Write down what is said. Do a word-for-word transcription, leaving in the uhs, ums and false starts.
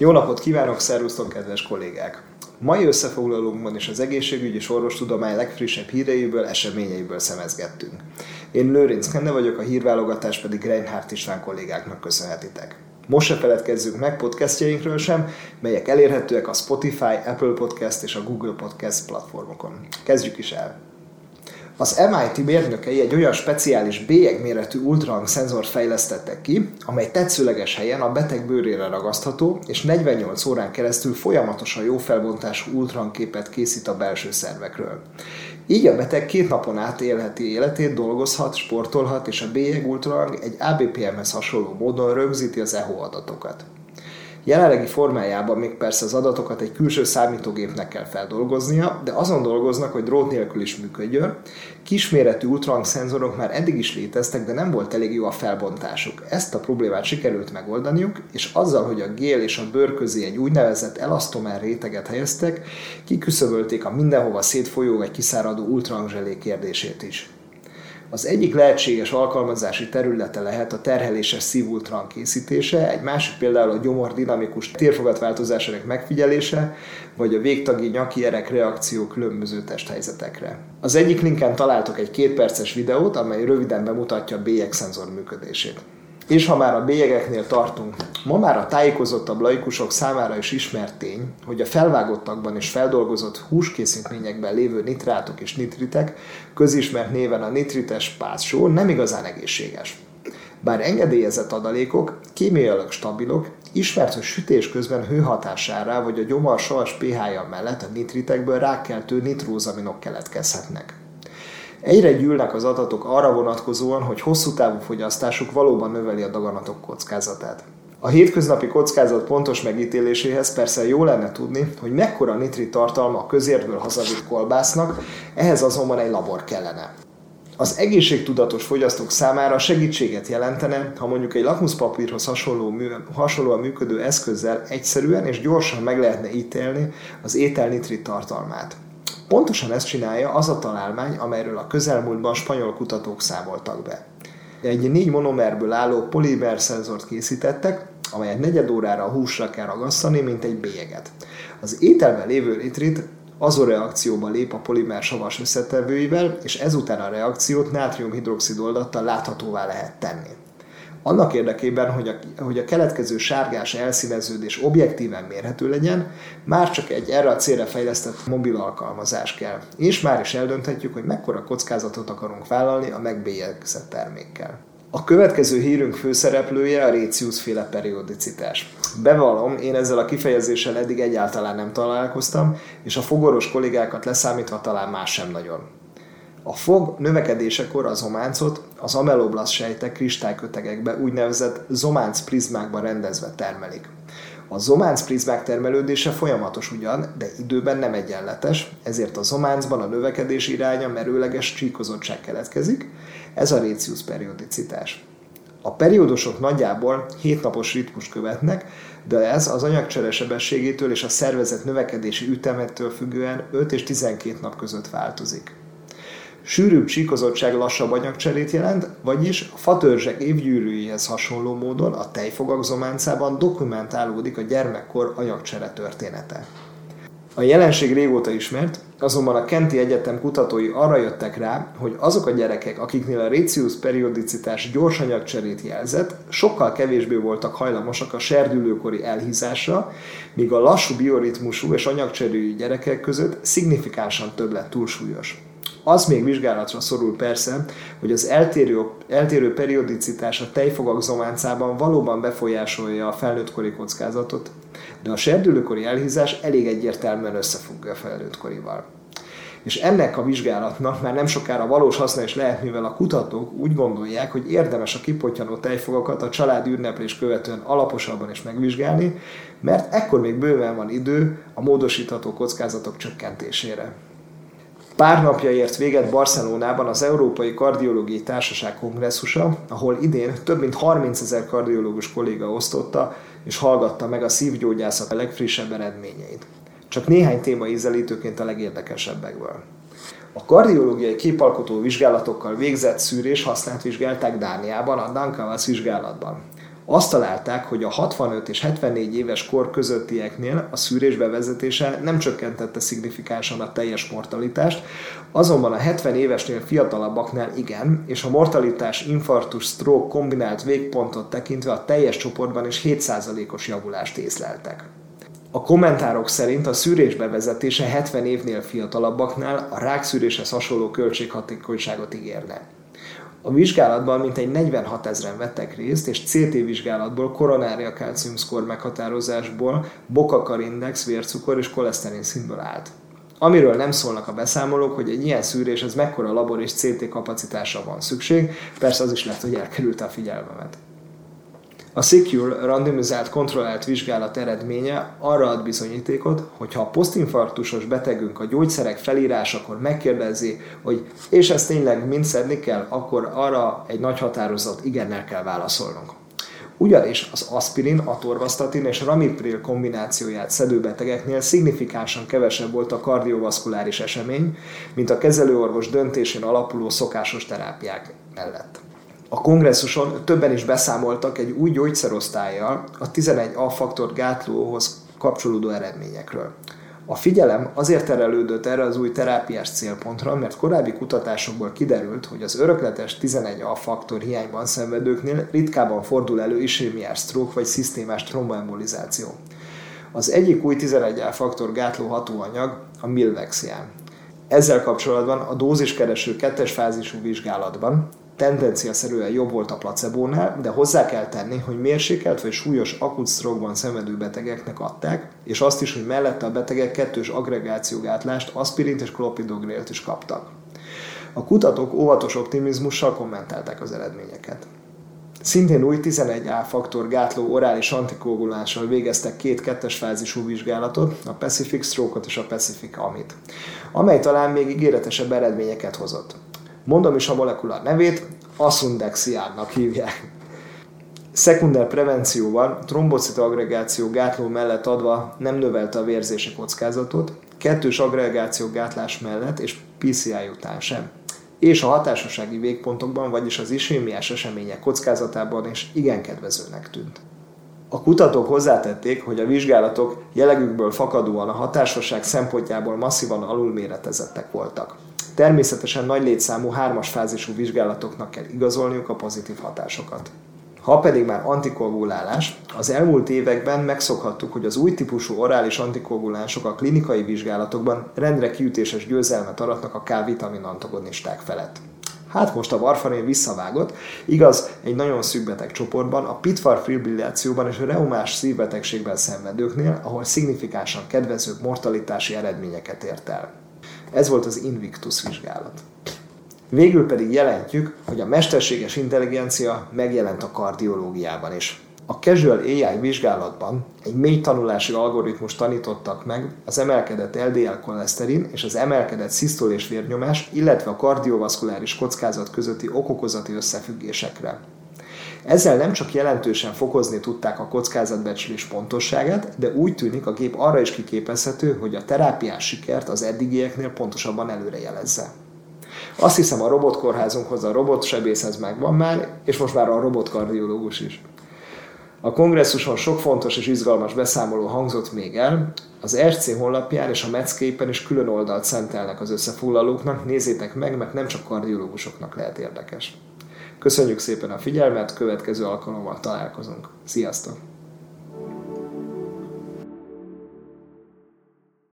Jó napot kívánok, szervusztok, kedves kollégák! Mai összefoglalónkban is az egészségügy és orvostudomány legfrissebb híreiből, eseményeiből szemezgettünk. Én Lőrinc Kende vagyok, a hírválogatás pedig Reinhardt István kollégáknak köszönhetitek. Most se feledkezzünk meg podcastjainkről sem, melyek elérhetőek a Spotify, Apple Podcast és a Google Podcast platformokon. Kezdjük is el! Az em i té mérnökei egy olyan speciális bélyegméretű ultrahang szenzort fejlesztettek ki, amely tetszőleges helyen a beteg bőrére ragasztható, és negyvennyolc órán keresztül folyamatosan jó felbontású ultrahangképet készít a belső szervekről. Így a beteg két napon át élheti életét, dolgozhat, sportolhat, és a bélyeg ultrahang egy á bé pé em-hez hasonló módon rögzíti az e há o adatokat. Jelenlegi formájában még persze az adatokat egy külső számítógépnek kell feldolgoznia, de azon dolgoznak, hogy drót nélkül is működjön. Kisméretű ultrahang szenzorok már eddig is léteztek, de nem volt elég jó a felbontásuk. Ezt a problémát sikerült megoldaniuk, és azzal, hogy a gél és a bőr közé egy úgynevezett elasztomer réteget helyeztek, kiküszöbölték a mindenhova szétfolyó vagy kiszáradó ultrahangzselé kérdését is. Az egyik lehetséges alkalmazási területe lehet a terheléses szívultrahang készítése, egy másik például a gyomor dinamikus térfogatváltozásának megfigyelése, vagy a végtagi nyaki erek reakció különböző testhelyzetekre. Az egyik linken találtok egy két perces videót, amely röviden bemutatja a bélyegszenzor működését. És ha már a bélyegeknél tartunk, ma már a tájékozottabb laikusok számára is ismert tény, hogy a felvágottakban és feldolgozott húskészítményekben lévő nitrátok és nitritek, közismert néven a nitrites pászsó, nem igazán egészséges. Bár engedélyezett adalékok, kémiailag stabilok, ismert, hogy sütés közben hőhatására vagy a gyomor savas pé há-ja mellett a nitritekből rákkeltő nitrózaminok keletkezhetnek. Egyre gyűlnek az adatok arra vonatkozóan, hogy hosszú távú fogyasztásuk valóban növeli a daganatok kockázatát. A hétköznapi kockázat pontos megítéléséhez persze jó lenne tudni, hogy mekkora nitrit tartalma a közértből hazavitt kolbásznak, ehhez azonban egy labor kellene. Az egészségtudatos fogyasztók számára segítséget jelentene, ha mondjuk egy lakmuszpapírhoz hasonló mű, hasonlóan működő eszközzel egyszerűen és gyorsan meg lehetne ítélni az étel nitrit tartalmát. Pontosan ezt csinálja az a találmány, amelyről a közelmúltban spanyol kutatók számoltak be. Egy négy monomerből álló polimer szenzort készítettek, amelyet negyed órára a húsra kell ragasztani, mint egy bélyeget. Az ételben lévő nitrit azoreakcióba lép a polimer savas összetevőivel, és ezután a reakciót nátriumhidroxid oldattal láthatóvá lehet tenni. Annak érdekében, hogy a, hogy a keletkező sárgás elszíneződés objektíven mérhető legyen, már csak egy erre a célra fejlesztett mobil alkalmazás kell. És már is eldönthetjük, hogy mekkora kockázatot akarunk vállalni a megbélyegzett termékkel. A következő hírünk főszereplője a Rhétius-féle periodicitás. Bevallom, én ezzel a kifejezéssel eddig egyáltalán nem találkoztam, és a fogoros kollégákat leszámítva talán más sem nagyon. A fog növekedésekor a zománcot az ameloblasz sejtek kristálykötegekbe úgynevezett zománc prizmákban rendezve termelik. A zománc prizmák termelődése folyamatos ugyan, de időben nem egyenletes, ezért a zománcban a növekedés iránya merőleges csíkozottság keletkezik, ez a Rhétius periodicitás. A periódusok nagyjából hét napos ritmust követnek, de ez az anyagcsere sebességétől és a szervezet növekedési ütemettől függően öt és tizenkét nap között változik. Sűrűbb csíkozottság lassabb anyagcserét jelent, vagyis a fatörzsek évgyűrűjéhez hasonló módon a tejfogak zománcában dokumentálódik a gyermekkor anyagcsere története. A jelenség régóta ismert, azonban a Kenti Egyetem kutatói arra jöttek rá, hogy azok a gyerekek, akiknél a Rhétius periodicitás gyors anyagcserét jelzett, sokkal kevésbé voltak hajlamosak a serdülőkori elhízásra, míg a lassú bioritmusú és anyagcserélő gyerekek között szignifikánsan több lett túlsúlyos. Az még vizsgálatra szorul persze, hogy az eltérő, eltérő periodicitás a tejfogak zománcában valóban befolyásolja a felnőttkori kockázatot, de a serdülőkori elhízás elég egyértelműen összefügg a felnőttkorival. És ennek a vizsgálatnak már nem sokára valós haszna is lehet, mivel a kutatók úgy gondolják, hogy érdemes a kipottyanó tejfogakat a családi ünneplés követően alaposabban is megvizsgálni, mert ekkor még bőven van idő a módosítható kockázatok csökkentésére. Pár napja ért véget Barcelonában az Európai Kardiológiai Társaság kongresszusa, ahol idén több mint harmincezer kardiológus kolléga osztotta és hallgatta meg a szívgyógyászat a legfrissebb eredményeit. Csak néhány téma ízelítőként a legérdekesebbekből. A kardiológiai képalkotó vizsgálatokkal végzett szűrés hasznát vizsgálták Dániában, a Dankavas vizsgálatban. Azt találták, hogy a hatvanöt és hetvennégy éves kor közöttieknél a szűrés bevezetése nem csökkentette szignifikánsan a teljes mortalitást, azonban a hetven évesnél fiatalabbaknál igen, és a mortalitás, infarktus, stroke kombinált végpontot tekintve a teljes csoportban is hét százalékos javulást észleltek. A kommentárok szerint a szűrés bevezetése hetven évnél fiatalabbaknál a rákszűréshez hasonló költséghatékonyságot ígérne. A vizsgálatban mintegy negyvenhatezren vettek részt, és cé té vizsgálatból, koronária calcium score meghatározásból, Boca-Kar-index, vércukor és koleszterin szintből állt. Amiről nem szólnak a beszámolók, hogy egy ilyen szűréshez mekkora labor és cé té kapacitásra van szükség, persze az is lehet, hogy elkerülte a figyelmemet. A SECURE randomizált kontrollált vizsgálat eredménye arra ad bizonyítékot, hogy ha a posztinfarktusos betegünk a gyógyszerek felírásakor megkérdezi, hogy és ezt tényleg mind szedni kell, akkor arra egy nagy határozott igennel kell válaszolnunk. Ugyanis az aspirin, atorvastatin és ramipril kombinációját szedő betegeknél szignifikánsan kevesebb volt a kardiovaszkuláris esemény, mint a kezelőorvos döntésén alapuló szokásos terápiák mellett. A kongresszuson többen is beszámoltak egy új gyógyszerosztállyal a tizenegy A-faktor gátlóhoz kapcsolódó eredményekről. A figyelem azért terelődött erre az új terápiás célpontra, mert korábbi kutatásokból kiderült, hogy az örökletes tizenegy A-faktor hiányban szenvedőknél ritkában fordul elő ischémiás stroke vagy szisztémás tromboembolizáció. Az egyik új tizenegy A-faktor gátló hatóanyag a milvexian. Ezzel kapcsolatban a dóziskereső kettes fázisú vizsgálatban tendenciaszerűen jobb volt a placebónál, de hozzá kell tenni, hogy mérsékelt vagy súlyos akut stroke-ban szenvedő betegeknek adták, és azt is, hogy mellette a betegek kettős agregációgátlást, aspirint és klopidogrélt is kaptak. A kutatók óvatos optimizmussal kommentálták az eredményeket. Szintén új tizenegy A-faktor gátló orális antikoagulánssal végeztek két kettes fázisú vizsgálatot, a Pacific Stroke-ot és a Pacific Amit, amely talán még ígéretesebb eredményeket hozott. Mondom is a molekula nevét, asundexiánnak hívják. Szekunder prevencióval, trombocita agregáció gátló mellett adva nem növelte a vérzési kockázatot, kettős agregáció gátlás mellett és pé cé i után sem. És a hatásossági végpontokban, vagyis az ischémiás események kockázatában is igen kedvezőnek tűnt. A kutatók hozzátették, hogy a vizsgálatok jellegükből fakadóan a hatásosság szempontjából masszívan alulméretezettek voltak. Természetesen nagy létszámú hármas fázisú vizsgálatoknak kell igazolniuk a pozitív hatásokat. Ha pedig már antikoagulálás, az elmúlt években megszokhattuk, hogy az új típusú orális antikoagulánsok a klinikai vizsgálatokban rendre kiütéses győzelmet aratnak a K-vitamin antagonisták felett. Hát most a varfarin visszavágott, igaz, egy nagyon szűk betegcsoportban, a pitvar fibrillációban és a reumás szívbetegségben szenvedőknél, ahol szignifikánsan kedvezőbb mortalitási eredményeket ért el. Ez volt az Invictus vizsgálat. Végül pedig jelentjük, hogy a mesterséges intelligencia megjelent a kardiológiában is. A Casual á i vizsgálatban egy mély tanulási algoritmus tanítottak meg az emelkedett el dé el koleszterin és az emelkedett szisztol és vérnyomás, illetve a kardiovaszkuláris kockázat közötti okokozati összefüggésekre. Ezzel nem csak jelentősen fokozni tudták a kockázatbecslés pontosságát, de úgy tűnik, a gép arra is kiképezhető, hogy a terápiás sikert az eddigieknél pontosabban előrejelezze. Azt hiszem, a robotkórházunkhoz, a robotsebészhez megvan már, és most már a robotkardiológus is. A kongresszuson sok fontos és izgalmas beszámoló hangzott még el, az er cé honlapján és a Medscape-en is külön oldalt szentelnek az összefoglalóknak, nézzétek meg, mert nem csak kardiológusoknak lehet érdekes. Köszönjük szépen a figyelmet, következő alkalommal találkozunk. Sziasztok!